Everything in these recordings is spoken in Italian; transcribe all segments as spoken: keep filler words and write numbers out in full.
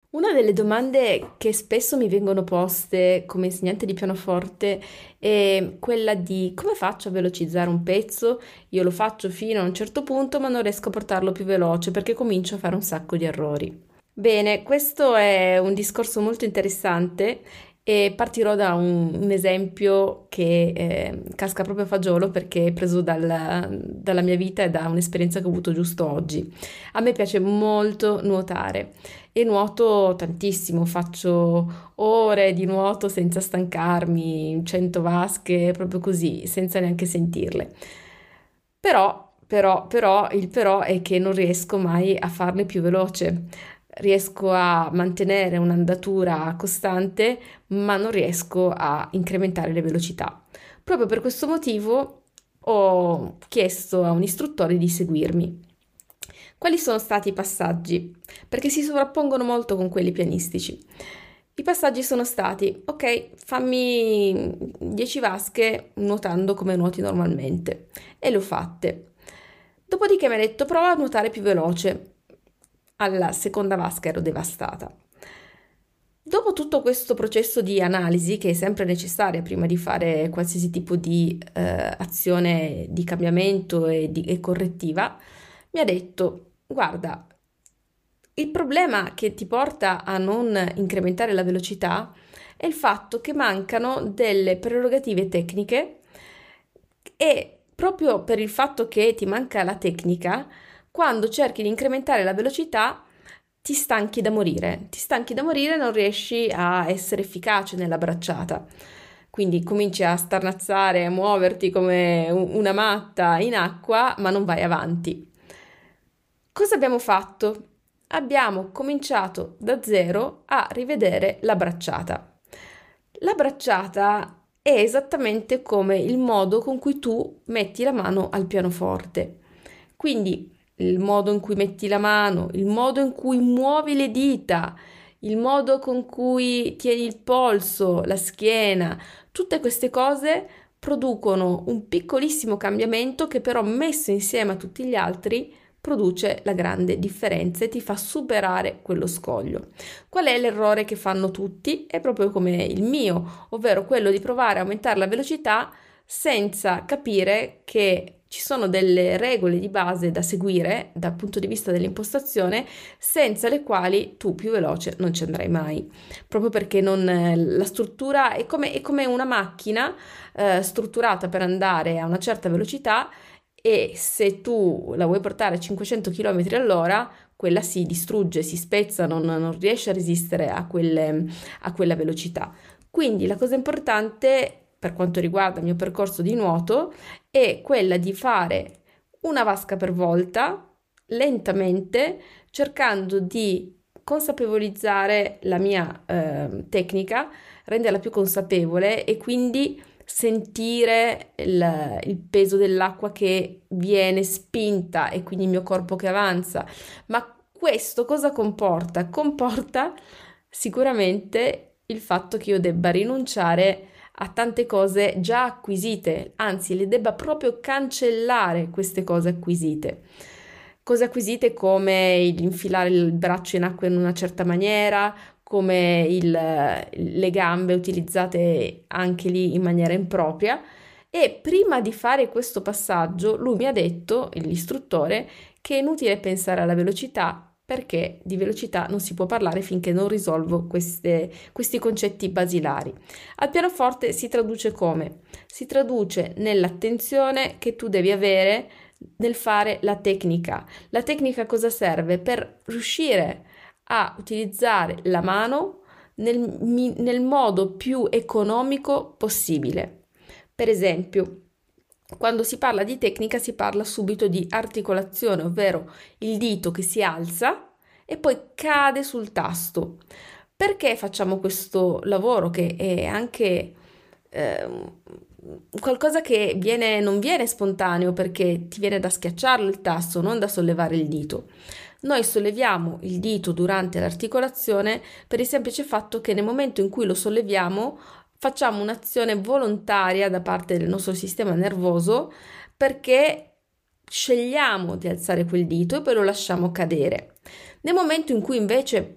Una delle domande che spesso mi vengono poste come insegnante di pianoforte è quella di come faccio a velocizzare un pezzo? Io lo faccio fino a un certo punto, ma non riesco a portarlo più veloce perché comincio a fare un sacco di errori. Bene, questo è un discorso molto interessante e partirò da un, un esempio che eh, casca proprio a fagiolo perché è preso dalla, dalla mia vita e da un'esperienza che ho avuto giusto oggi. A me piace molto nuotare e nuoto tantissimo, faccio ore di nuoto senza stancarmi, cento vasche, proprio così, senza neanche sentirle. Però, però, però, il però è che non riesco mai a farle più veloce. Riesco a mantenere un'andatura costante, ma non riesco a incrementare le velocità. Proprio per questo motivo ho chiesto a un istruttore di seguirmi. Quali sono stati i passaggi? Perché si sovrappongono molto con quelli pianistici. I passaggi sono stati, ok, fammi dieci vasche nuotando come nuoti normalmente. E le ho fatte. Dopodiché mi ha detto, prova a nuotare più veloce. Alla seconda vasca ero devastata. Dopo tutto questo processo di analisi, che è sempre necessaria prima di fare qualsiasi tipo di eh, azione di cambiamento e, di- e correttiva, mi ha detto, guarda, il problema che ti porta a non incrementare la velocità è il fatto che mancano delle prerogative tecniche e proprio per il fatto che ti manca la tecnica, quando cerchi di incrementare la velocità ti stanchi da morire, ti stanchi da morire e non riesci a essere efficace nella bracciata. Quindi cominci a starnazzare, a muoverti come un- una matta in acqua, ma non vai avanti. Cosa abbiamo fatto? Abbiamo cominciato da zero a rivedere la bracciata. La bracciata è esattamente come il modo con cui tu metti la mano al pianoforte. Quindi il modo in cui metti la mano, il modo in cui muovi le dita, il modo con cui tieni il polso, la schiena, tutte queste cose producono un piccolissimo cambiamento che però messo insieme a tutti gli altri produce la grande differenza e ti fa superare quello scoglio. Qual è l'errore che fanno tutti? È proprio come il mio, ovvero quello di provare a aumentare la velocità senza capire che ci sono delle regole di base da seguire dal punto di vista dell'impostazione, senza le quali tu più veloce non ci andrai mai. Proprio perché non, eh, la struttura è come, è come una macchina eh, strutturata per andare a una certa velocità e se tu la vuoi portare a cinquecento chilometri all'ora, quella si distrugge, si spezza, non, non riesce a resistere a quelle, a quella velocità. Quindi la cosa importante per quanto riguarda il mio percorso di nuoto è quella di fare una vasca per volta, lentamente, cercando di consapevolizzare la mia eh, tecnica, renderla più consapevole e quindi sentire il, il peso dell'acqua che viene spinta e quindi il mio corpo che avanza. Ma questo cosa comporta? Comporta sicuramente il fatto che io debba rinunciare a tante cose già acquisite, anzi le debba proprio cancellare queste cose acquisite. Cose acquisite come il infilare il braccio in acqua in una certa maniera, come il- le gambe utilizzate anche lì in maniera impropria. E prima di fare questo passaggio, lui mi ha detto, l'istruttore, che è inutile pensare alla velocità perché di velocità non si può parlare finché non risolvo queste- questi concetti basilari. Al pianoforte si traduce come? Si traduce nell'attenzione che tu devi avere nel fare la tecnica. La tecnica cosa serve? Per riuscire a utilizzare la mano nel, mi- nel modo più economico possibile. Per esempio, quando si parla di tecnica si parla subito di articolazione, ovvero il dito che si alza e poi cade sul tasto. Perché facciamo questo lavoro che è anche ehm, qualcosa che viene, non viene spontaneo perché ti viene da schiacciarlo il tasto, non da sollevare il dito. Noi solleviamo il dito durante l'articolazione per il semplice fatto che nel momento in cui lo solleviamo facciamo un'azione volontaria da parte del nostro sistema nervoso perché scegliamo di alzare quel dito e poi lo lasciamo cadere. Nel momento in cui invece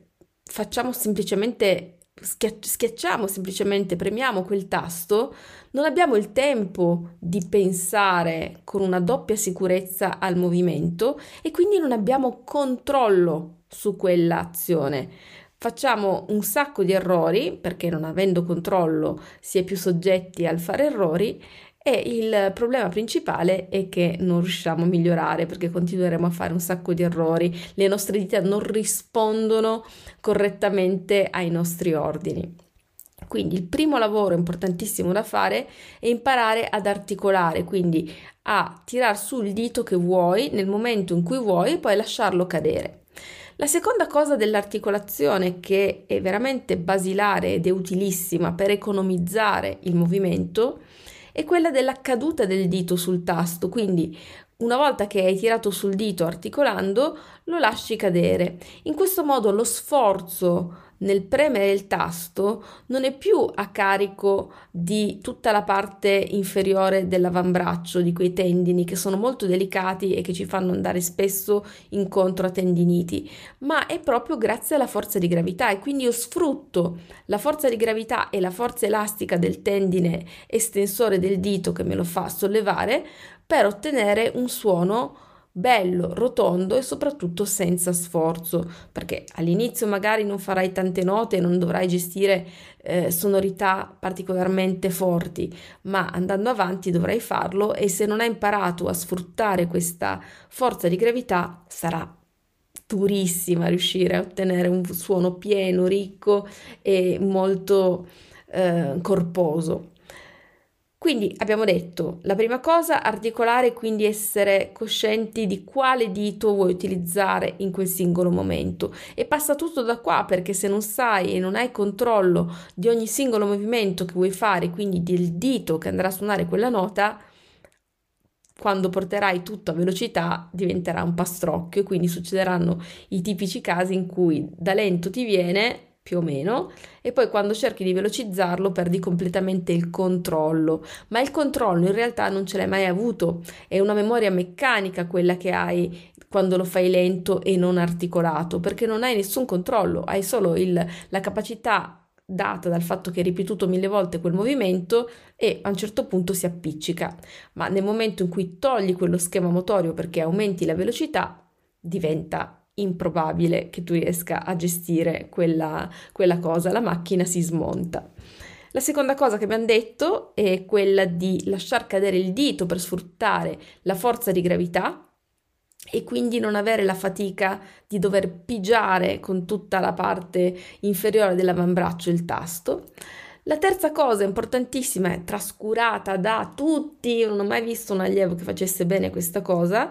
facciamo semplicemente, schia- schiacciamo semplicemente, premiamo quel tasto, non abbiamo il tempo di pensare con una doppia sicurezza al movimento e quindi non abbiamo controllo su quell'azione. Facciamo un sacco di errori perché non avendo controllo si è più soggetti al fare errori e il problema principale è che non riusciamo a migliorare perché continueremo a fare un sacco di errori, le nostre dita non rispondono correttamente ai nostri ordini. Quindi il primo lavoro importantissimo da fare è imparare ad articolare, quindi a tirar su il dito che vuoi nel momento in cui vuoi e poi lasciarlo cadere. La seconda cosa dell'articolazione che è veramente basilare ed è utilissima per economizzare il movimento è quella della caduta del dito sul tasto, quindi una volta che hai tirato sul dito articolando, lo lasci cadere. In questo modo lo sforzo nel premere il tasto non è più a carico di tutta la parte inferiore dell'avambraccio, di quei tendini che sono molto delicati e che ci fanno andare spesso incontro a tendiniti, ma è proprio grazie alla forza di gravità e quindi io sfrutto la forza di gravità e la forza elastica del tendine estensore del dito che me lo fa sollevare per ottenere un suono bello, rotondo e soprattutto senza sforzo, perché all'inizio magari non farai tante note e non dovrai gestire eh, sonorità particolarmente forti, ma andando avanti dovrai farlo e se non hai imparato a sfruttare questa forza di gravità sarà durissima riuscire a ottenere un suono pieno, ricco e molto eh, corposo. Quindi abbiamo detto, la prima cosa, articolare, quindi essere coscienti di quale dito vuoi utilizzare in quel singolo momento. E passa tutto da qua, perché se non sai e non hai controllo di ogni singolo movimento che vuoi fare, quindi del dito che andrà a suonare quella nota, quando porterai tutto a velocità diventerà un pastrocchio e quindi succederanno i tipici casi in cui da lento ti viene più o meno, e poi quando cerchi di velocizzarlo perdi completamente il controllo, ma il controllo in realtà non ce l'hai mai avuto, è una memoria meccanica quella che hai quando lo fai lento e non articolato, perché non hai nessun controllo, hai solo il, la capacità data dal fatto che hai ripetuto mille volte quel movimento e a un certo punto si appiccica, ma nel momento in cui togli quello schema motorio perché aumenti la velocità, diventa improbabile che tu riesca a gestire quella, quella cosa, la macchina si smonta. La seconda cosa che abbiamo detto è quella di lasciar cadere il dito per sfruttare la forza di gravità e quindi non avere la fatica di dover pigiare con tutta la parte inferiore dell'avambraccio il tasto. La terza cosa importantissima è trascurata da tutti, io non ho mai visto un allievo che facesse bene questa cosa,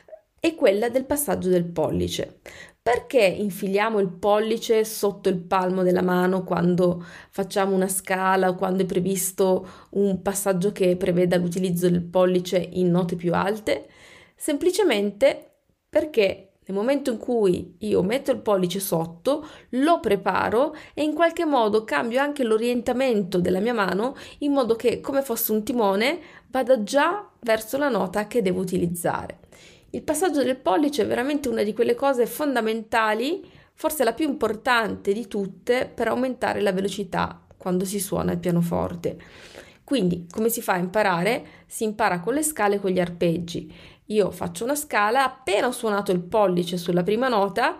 è quella del passaggio del pollice. Perché infiliamo il pollice sotto il palmo della mano quando facciamo una scala o quando è previsto un passaggio che preveda l'utilizzo del pollice in note più alte? Semplicemente perché nel momento in cui io metto il pollice sotto, lo preparo e in qualche modo cambio anche l'orientamento della mia mano in modo che, come fosse un timone, vada già verso la nota che devo utilizzare. Il passaggio del pollice è veramente una di quelle cose fondamentali, forse la più importante di tutte, per aumentare la velocità quando si suona il pianoforte. Quindi, come si fa a imparare? Si impara con le scale e con gli arpeggi. Io faccio una scala, appena ho suonato il pollice sulla prima nota,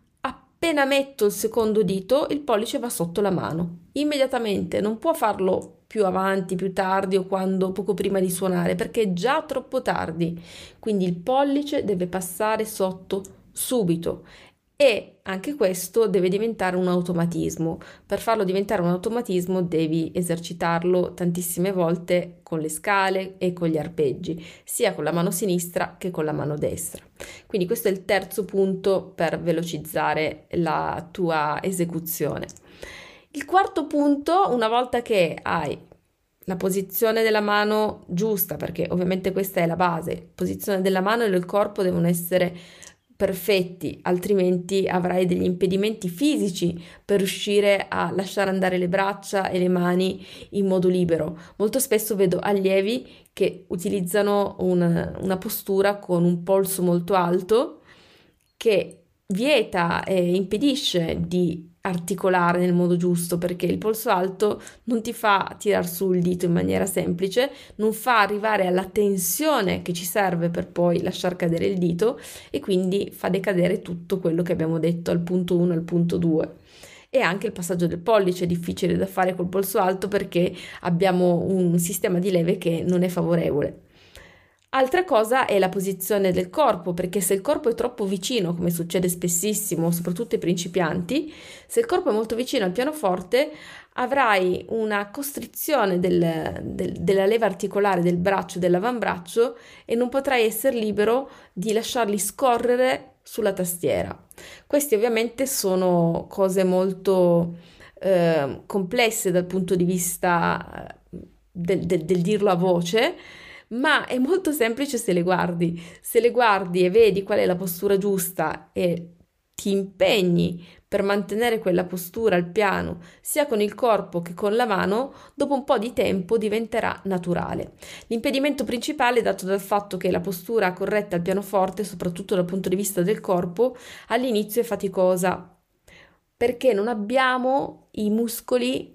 appena metto il secondo dito, il pollice va sotto la mano. Immediatamente, non può farlo più avanti, più tardi o quando poco prima di suonare, perché è già troppo tardi. Quindi il pollice deve passare sotto subito. E anche questo deve diventare un automatismo. Per farlo diventare un automatismo devi esercitarlo tantissime volte con le scale e con gli arpeggi, sia con la mano sinistra che con la mano destra. Quindi questo è il terzo punto per velocizzare la tua esecuzione. Il quarto punto, una volta che hai la posizione della mano giusta, perché ovviamente questa è la base, posizione della mano e del corpo devono essere perfetti, altrimenti avrai degli impedimenti fisici per riuscire a lasciare andare le braccia e le mani in modo libero. Molto spesso vedo allievi che utilizzano una, una postura con un polso molto alto che vieta e impedisce di articolare nel modo giusto, perché il polso alto non ti fa tirar su il dito in maniera semplice, non fa arrivare alla tensione che ci serve per poi lasciar cadere il dito e quindi fa decadere tutto quello che abbiamo detto al punto uno e al punto due. E anche il passaggio del pollice è difficile da fare col polso alto perché abbiamo un sistema di leve che non è favorevole. Altra cosa è la posizione del corpo, perché se il corpo è troppo vicino, come succede spessissimo, soprattutto ai principianti, se il corpo è molto vicino al pianoforte, avrai una costrizione del- del- della leva articolare del braccio, dell'avambraccio e non potrai essere libero di lasciarli scorrere sulla tastiera. Queste ovviamente sono cose molto eh, complesse dal punto di vista eh, del del- del dirlo a voce, ma è molto semplice se le guardi. Se le guardi e vedi qual è la postura giusta e ti impegni per mantenere quella postura al piano, sia con il corpo che con la mano, dopo un po' di tempo diventerà naturale. L'impedimento principale è dato dal fatto che la postura corretta al pianoforte, soprattutto dal punto di vista del corpo, all'inizio è faticosa, perché non abbiamo i muscoli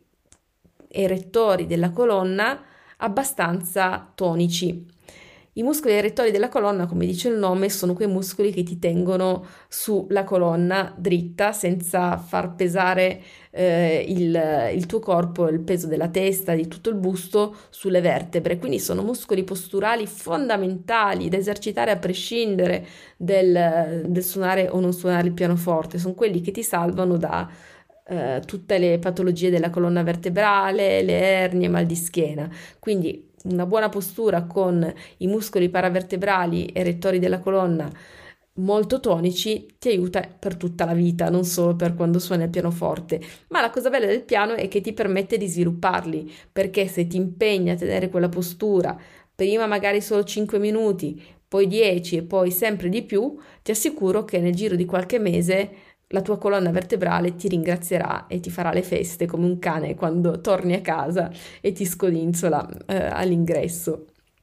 erettori della colonna abbastanza tonici. I muscoli erettori della colonna, come dice il nome, sono quei muscoli che ti tengono sulla colonna dritta senza far pesare eh, il, il tuo corpo, il peso della testa, di tutto il busto sulle vertebre. Quindi sono muscoli posturali fondamentali da esercitare a prescindere del, del suonare o non suonare il pianoforte. Sono quelli che ti salvano da eh, tutte le patologie della colonna vertebrale, le ernie, mal di schiena. Quindi una buona postura con i muscoli paravertebrali e rettori della colonna molto tonici ti aiuta per tutta la vita, non solo per quando suoni il pianoforte. Ma la cosa bella del piano è che ti permette di svilupparli, perché se ti impegni a tenere quella postura, prima magari solo cinque minuti, poi dieci e poi sempre di più, ti assicuro che nel giro di qualche mese la tua colonna vertebrale ti ringrazierà e ti farà le feste come un cane quando torni a casa e ti scodinzola eh, all'ingresso.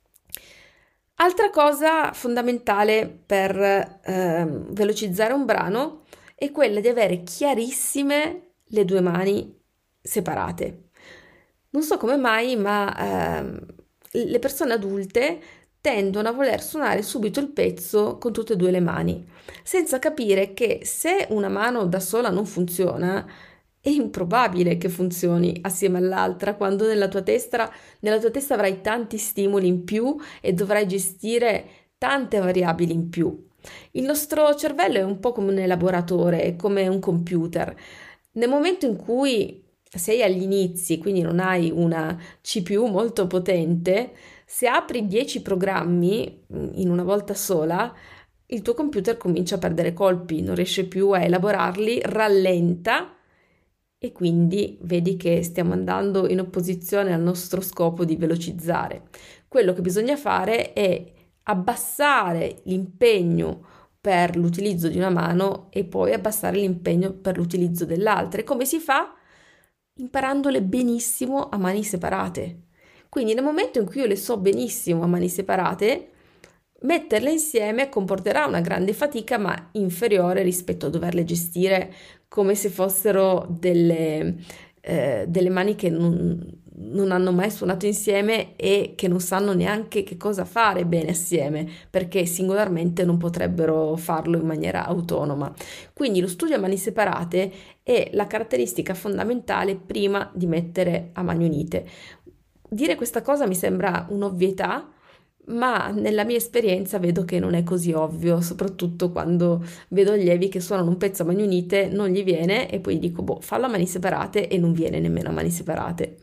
Altra cosa fondamentale per ehm, velocizzare un brano è quella di avere chiarissime le due mani separate. Non so come mai, ma ehm, le persone adulte tendono a voler suonare subito il pezzo con tutte e due le mani, senza capire che se una mano da sola non funziona, è improbabile che funzioni assieme all'altra quando nella tua testa, nella tua testa avrai tanti stimoli in più e dovrai gestire tante variabili in più. Il nostro cervello è un po' come un elaboratore, è come un computer. Nel momento in cui sei agli inizi, quindi non hai una C P U molto potente, se apri dieci programmi mm, in una volta sola, il tuo computer comincia a perdere colpi, non riesce più a elaborarli, rallenta e quindi vedi che stiamo andando in opposizione al nostro scopo di velocizzare. Quello che bisogna fare è abbassare l'impegno per l'utilizzo di una mano e poi abbassare l'impegno per l'utilizzo dell'altra. E come si fa? Imparandole benissimo a mani separate. Quindi nel momento in cui io le so benissimo a mani separate, metterle insieme comporterà una grande fatica, ma inferiore rispetto a doverle gestire come se fossero delle, eh, delle mani che non, non hanno mai suonato insieme e che non sanno neanche che cosa fare bene assieme, perché singolarmente non potrebbero farlo in maniera autonoma. Quindi lo studio a mani separate è la caratteristica fondamentale prima di mettere a mani unite. Dire questa cosa mi sembra un'ovvietà, ma nella mia esperienza vedo che non è così ovvio, soprattutto quando vedo allievi che suonano un pezzo a mani unite, non gli viene e poi dico, boh, fallo a mani separate e non viene nemmeno a mani separate.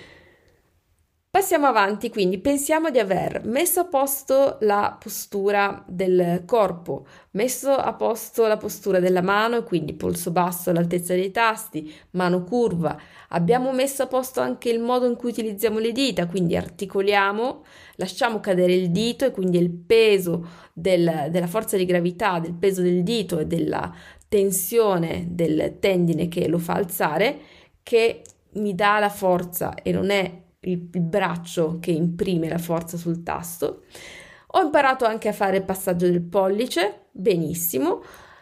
Passiamo avanti, quindi pensiamo di aver messo a posto la postura del corpo, messo a posto la postura della mano, quindi polso basso all'altezza dei tasti, mano curva. Abbiamo messo a posto anche il modo in cui utilizziamo le dita, quindi articoliamo, lasciamo cadere il dito e quindi il peso del- della forza di gravità, del peso del dito e della tensione del tendine che lo fa alzare, che mi dà la forza e non è il, il braccio che imprime la forza sul tasto. Ho imparato anche a fare il passaggio del pollice, benissimo.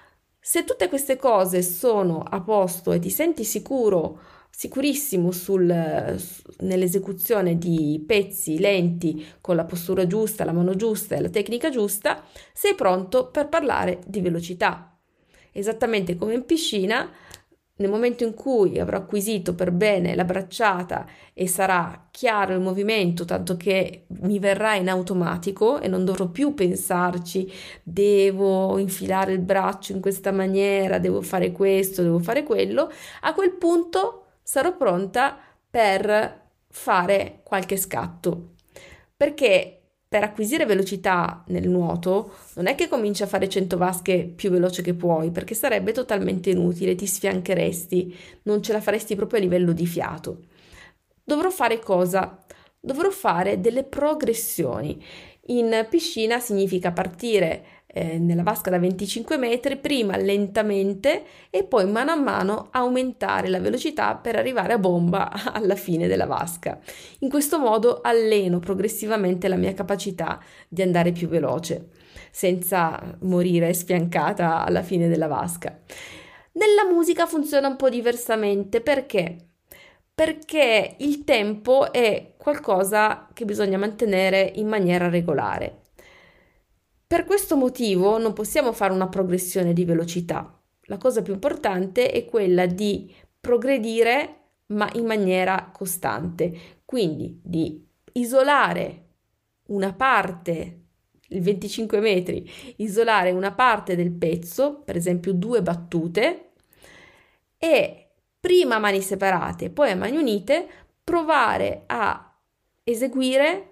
Se tutte queste cose sono a posto e ti senti sicuro, sicurissimo sul- su- nell'esecuzione di pezzi lenti con la postura giusta, la mano giusta e la tecnica giusta, sei pronto per parlare di velocità. Esattamente come in piscina, nel momento in cui avrò acquisito per bene la bracciata e sarà chiaro il movimento, tanto che mi verrà in automatico e non dovrò più pensarci, devo infilare il braccio in questa maniera, devo fare questo, devo fare quello, a quel punto sarò pronta per fare qualche scatto. Perché per acquisire velocità nel nuoto non è che cominci a fare cento vasche più veloce che puoi, perché sarebbe totalmente inutile, ti sfiancheresti, non ce la faresti proprio a livello di fiato. Dovrò fare cosa? Dovrò fare delle progressioni. In piscina significa partire eh, nella vasca da venticinque metri, prima lentamente e poi mano a mano aumentare la velocità per arrivare a bomba alla fine della vasca. In questo modo alleno progressivamente la mia capacità di andare più veloce, senza morire sfiancata alla fine della vasca. Nella musica funziona un po' diversamente perché? Perché il tempo è qualcosa che bisogna mantenere in maniera regolare. Per questo motivo non possiamo fare una progressione di velocità. La cosa più importante è quella di progredire ma in maniera costante, quindi di isolare una parte, il venticinque metri, isolare una parte del pezzo, per esempio due battute, e prima a mani separate, poi a mani unite, provare a eseguire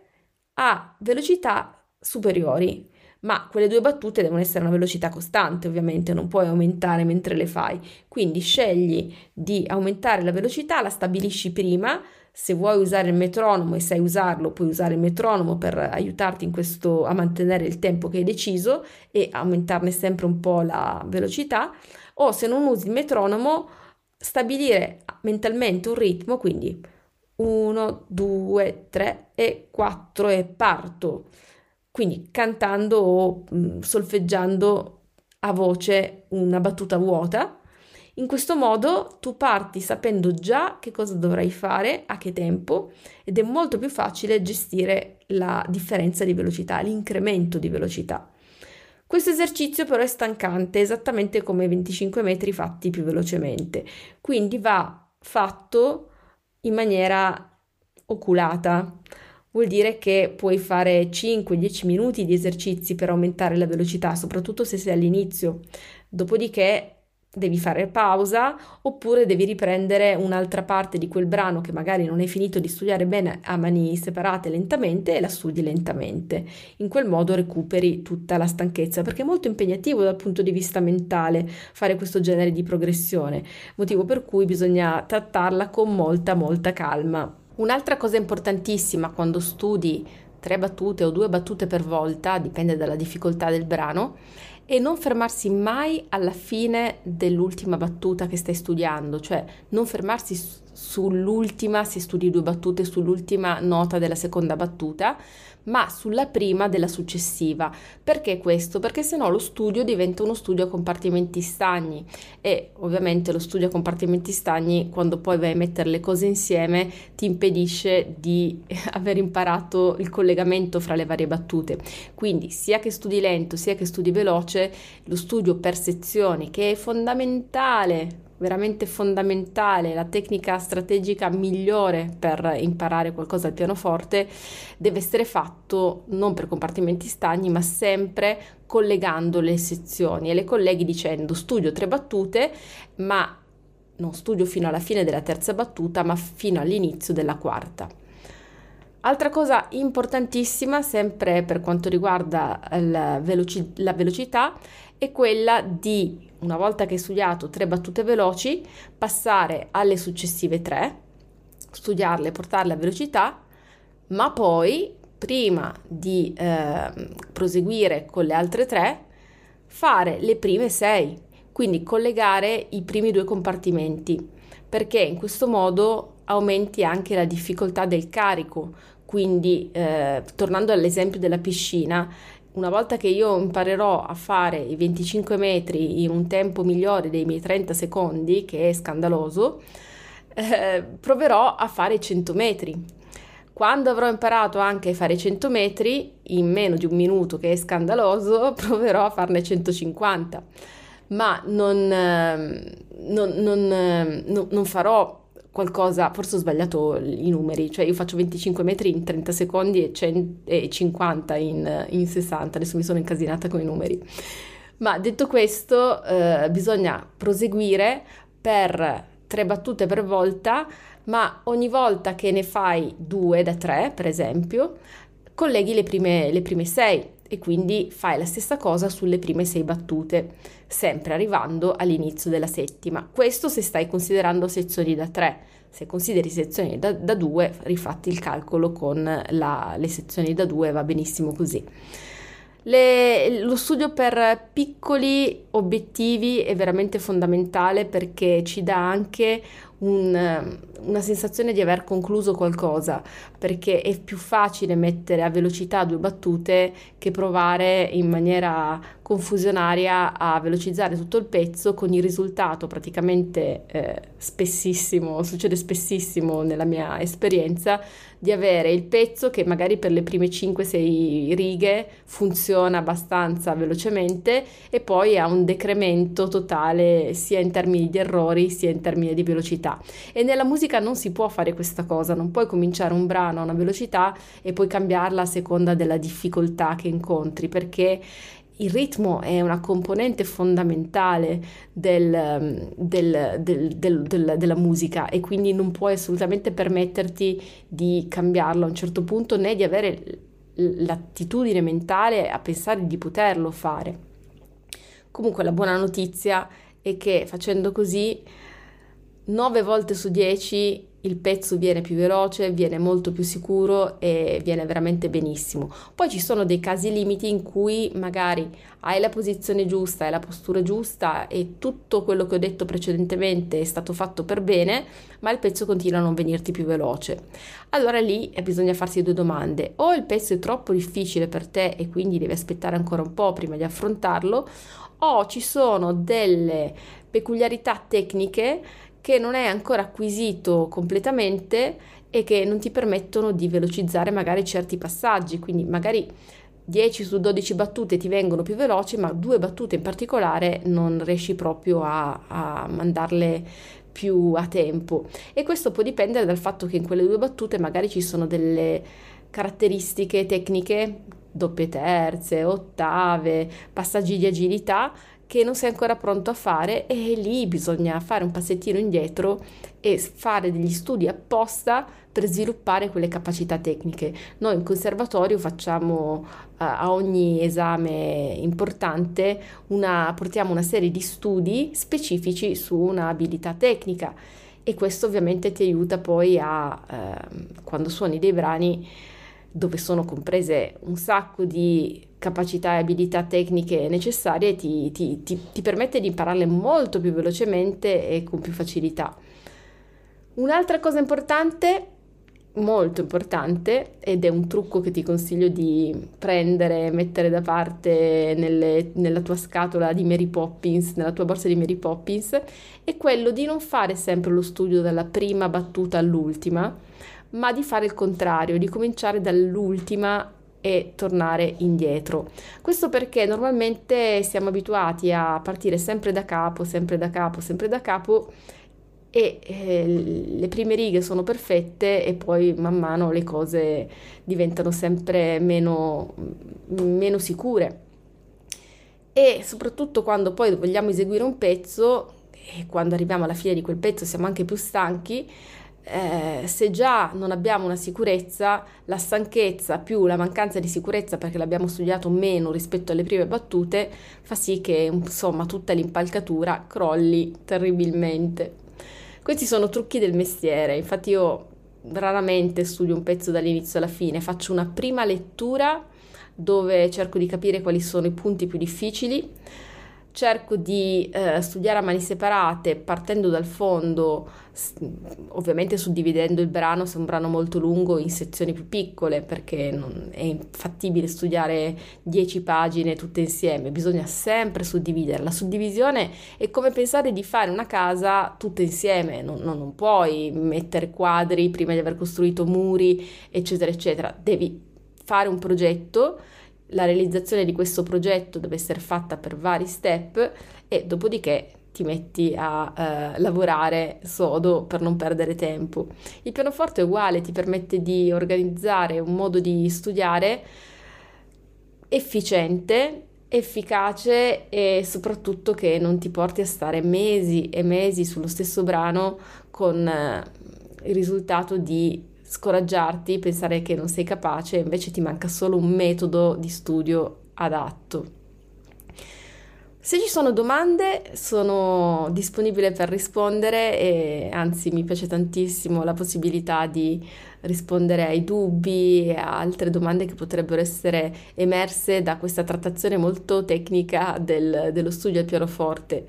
a velocità superiori. Ma quelle due battute devono essere a una velocità costante, ovviamente, non puoi aumentare mentre le fai. Quindi scegli di aumentare la velocità, la stabilisci prima. Se vuoi usare il metronomo e sai usarlo, puoi usare il metronomo per aiutarti in questo a mantenere il tempo che hai deciso e aumentarne sempre un po' la velocità. O se non usi il metronomo, stabilire mentalmente un ritmo, quindi uno, due, tre e quattro e parto. Quindi cantando o mh, solfeggiando a voce una battuta vuota. In questo modo tu parti sapendo già che cosa dovrai fare, a che tempo, ed è molto più facile gestire la differenza di velocità, l'incremento di velocità. Questo esercizio però è stancante, esattamente come i venticinque metri fatti più velocemente, quindi va fatto in maniera oculata. Vuol dire che puoi fare cinque dieci minuti di esercizi per aumentare la velocità, soprattutto se sei all'inizio. Dopodiché devi fare pausa oppure devi riprendere un'altra parte di quel brano che magari non hai finito di studiare bene a mani separate lentamente e la studi lentamente. In quel modo recuperi tutta la stanchezza, perché è molto impegnativo dal punto di vista mentale fare questo genere di progressione, motivo per cui bisogna trattarla con molta molta calma. Un'altra cosa importantissima quando studi tre battute o due battute per volta, dipende dalla difficoltà del brano, è non fermarsi mai alla fine dell'ultima battuta che stai studiando, cioè non fermarsi sull'ultima, se studi due battute, sull'ultima nota della seconda battuta, ma sulla prima della successiva. Perché questo? Perché sennò lo studio diventa uno studio a compartimenti stagni e ovviamente lo studio a compartimenti stagni, quando poi vai a mettere le cose insieme, ti impedisce di aver imparato il collegamento fra le varie battute. Quindi sia che studi lento sia che studi veloce, lo studio per sezioni, che è fondamentale, veramente fondamentale, la tecnica strategica migliore per imparare qualcosa al pianoforte, deve essere fatto non per compartimenti stagni, ma sempre collegando le sezioni, e le colleghi dicendo studio tre battute, ma non studio fino alla fine della terza battuta, ma fino all'inizio della quarta. Altra cosa importantissima, sempre per quanto riguarda la, veloci- la velocità, è quella di, una volta che hai studiato tre battute veloci, passare alle successive tre, studiarle, portarle a velocità, ma poi, prima di eh, proseguire con le altre tre, fare le prime sei, quindi collegare i primi due compartimenti, perché in questo modo aumenti anche la difficoltà del carico. Quindi, eh, tornando all'esempio della piscina, una volta che io imparerò a fare i venticinque metri in un tempo migliore dei miei trenta secondi, che è scandaloso, eh, proverò a fare i cento metri. Quando avrò imparato anche a fare i cento metri in meno di un minuto, che è scandaloso, proverò a farne centocinquanta. Ma non, eh, non, non, eh, non- non farò qualcosa, forse ho sbagliato i numeri, cioè io faccio venticinque metri in trenta secondi e, cento e cinquanta in, in sessanta, adesso mi sono incasinata con i numeri. Ma detto questo, eh, bisogna proseguire per tre battute per volta, ma ogni volta che ne fai due da tre, per esempio, colleghi le prime, le prime sei e quindi fai la stessa cosa sulle prime sei battute, sempre arrivando all'inizio della settima. Questo se stai considerando sezioni da tre. Se consideri sezioni da, da due, rifatti il calcolo con la- le sezioni da due, va benissimo così. Le- lo studio per piccoli obiettivi è veramente fondamentale perché ci dà anche un- una sensazione di aver concluso qualcosa, perché è più facile mettere a velocità due battute che provare in maniera confusionaria a velocizzare tutto il pezzo con il risultato praticamente eh, spessissimo, succede spessissimo nella mia esperienza, di avere il pezzo che magari per le prime cinque sei righe funziona abbastanza velocemente e poi ha un decremento totale sia in termini di errori sia in termini di velocità. E nella musica non si può fare questa cosa, non puoi cominciare un brano a una velocità e poi cambiarla a seconda della difficoltà che incontri, perché il ritmo è una componente fondamentale del- del- del- del- del- della musica e quindi non puoi assolutamente permetterti di cambiarlo a un certo punto né di avere l- l'attitudine mentale a pensare di poterlo fare. Comunque la buona notizia è che facendo così nove volte su dieci il pezzo viene più veloce, viene molto più sicuro e viene veramente benissimo. Poi ci sono dei casi limiti in cui magari hai la posizione giusta, hai la postura giusta e tutto quello che ho detto precedentemente è stato fatto per bene, ma il pezzo continua a non venirti più veloce. Allora lì eh, bisogna farsi due domande: o il pezzo è troppo difficile per te e quindi devi aspettare ancora un po' prima di affrontarlo, o ci sono delle peculiarità tecniche che non è ancora acquisito completamente e che non ti permettono di velocizzare magari certi passaggi, quindi magari dieci su dodici battute ti vengono più veloci, ma due battute in particolare non riesci proprio a, a mandarle più a tempo. E questo può dipendere dal fatto che in quelle due battute magari ci sono delle caratteristiche tecniche, doppie terze, ottave, passaggi di agilità che non sei ancora pronto a fare e lì bisogna fare un passettino indietro e fare degli studi apposta per sviluppare quelle capacità tecniche. Noi in conservatorio facciamo eh, a ogni esame importante una, portiamo una serie di studi specifici su una abilità tecnica e questo ovviamente ti aiuta poi a, ehm, quando suoni dei brani dove sono comprese un sacco di capacità e abilità tecniche necessarie, ti, ti, ti, ti permette di impararle molto più velocemente e con più facilità. Un'altra cosa importante, molto importante, ed è un trucco che ti consiglio di prendere e mettere da parte nelle- nella tua scatola di Mary Poppins, nella tua borsa di Mary Poppins, è quello di non fare sempre lo studio dalla prima battuta all'ultima, ma di fare il contrario, di cominciare dall'ultima e tornare indietro. Questo perché normalmente siamo abituati a partire sempre da capo, sempre da capo, sempre da capo e eh, le prime righe sono perfette e poi man mano le cose diventano sempre meno, meno sicure. E soprattutto quando poi vogliamo eseguire un pezzo e quando arriviamo alla fine di quel pezzo siamo anche più stanchi, eh, se già non abbiamo una sicurezza, la stanchezza più la mancanza di sicurezza perché l'abbiamo studiato meno rispetto alle prime battute fa sì che insomma tutta l'impalcatura crolli terribilmente. Questi sono trucchi del mestiere, infatti io raramente studio un pezzo dall'inizio alla fine, faccio una prima lettura dove cerco di capire quali sono i punti più difficili, cerco di eh, studiare a mani separate, partendo dal fondo, s- ovviamente suddividendo il brano se è un brano molto lungo in sezioni più piccole, perché non è infattibile studiare dieci pagine tutte insieme, bisogna sempre suddividere. La suddivisione è come pensare di fare una casa tutta insieme, non, non- non puoi mettere quadri prima di aver costruito muri, eccetera, eccetera. Devi fare un progetto. La realizzazione di questo progetto deve essere fatta per vari step e dopodiché ti metti a eh, lavorare sodo per non perdere tempo. Il pianoforte è uguale, ti permette di organizzare un modo di studiare efficiente, efficace e soprattutto che non ti porti a stare mesi e mesi sullo stesso brano con eh, il risultato di scoraggiarti, pensare che non sei capace, invece ti manca solo un metodo di studio adatto. Se ci sono domande, sono disponibile per rispondere e anzi mi piace tantissimo la possibilità di rispondere ai dubbi e a altre domande che potrebbero essere emerse da questa trattazione molto tecnica del- dello studio al pianoforte.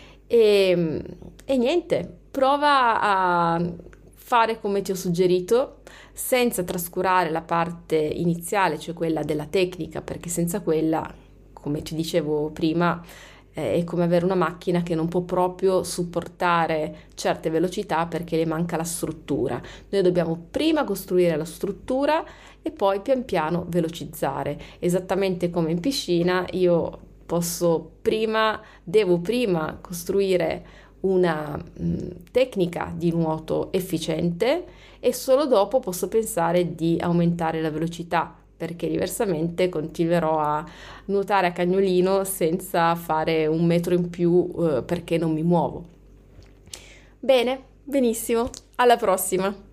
E, e niente, prova a fare come ti ho suggerito, senza trascurare la parte iniziale, cioè quella della tecnica, perché senza quella, come ti dicevo prima, eh, è come avere una macchina che non può proprio supportare certe velocità perché le manca la struttura. Noi dobbiamo prima costruire la struttura e poi pian piano velocizzare. Esattamente come in piscina, io posso prima, devo prima costruire una mh, tecnica di nuoto efficiente e solo dopo posso pensare di aumentare la velocità, perché diversamente continuerò a nuotare a cagnolino senza fare un metro in più eh, perché non mi muovo. Bene, benissimo, alla prossima!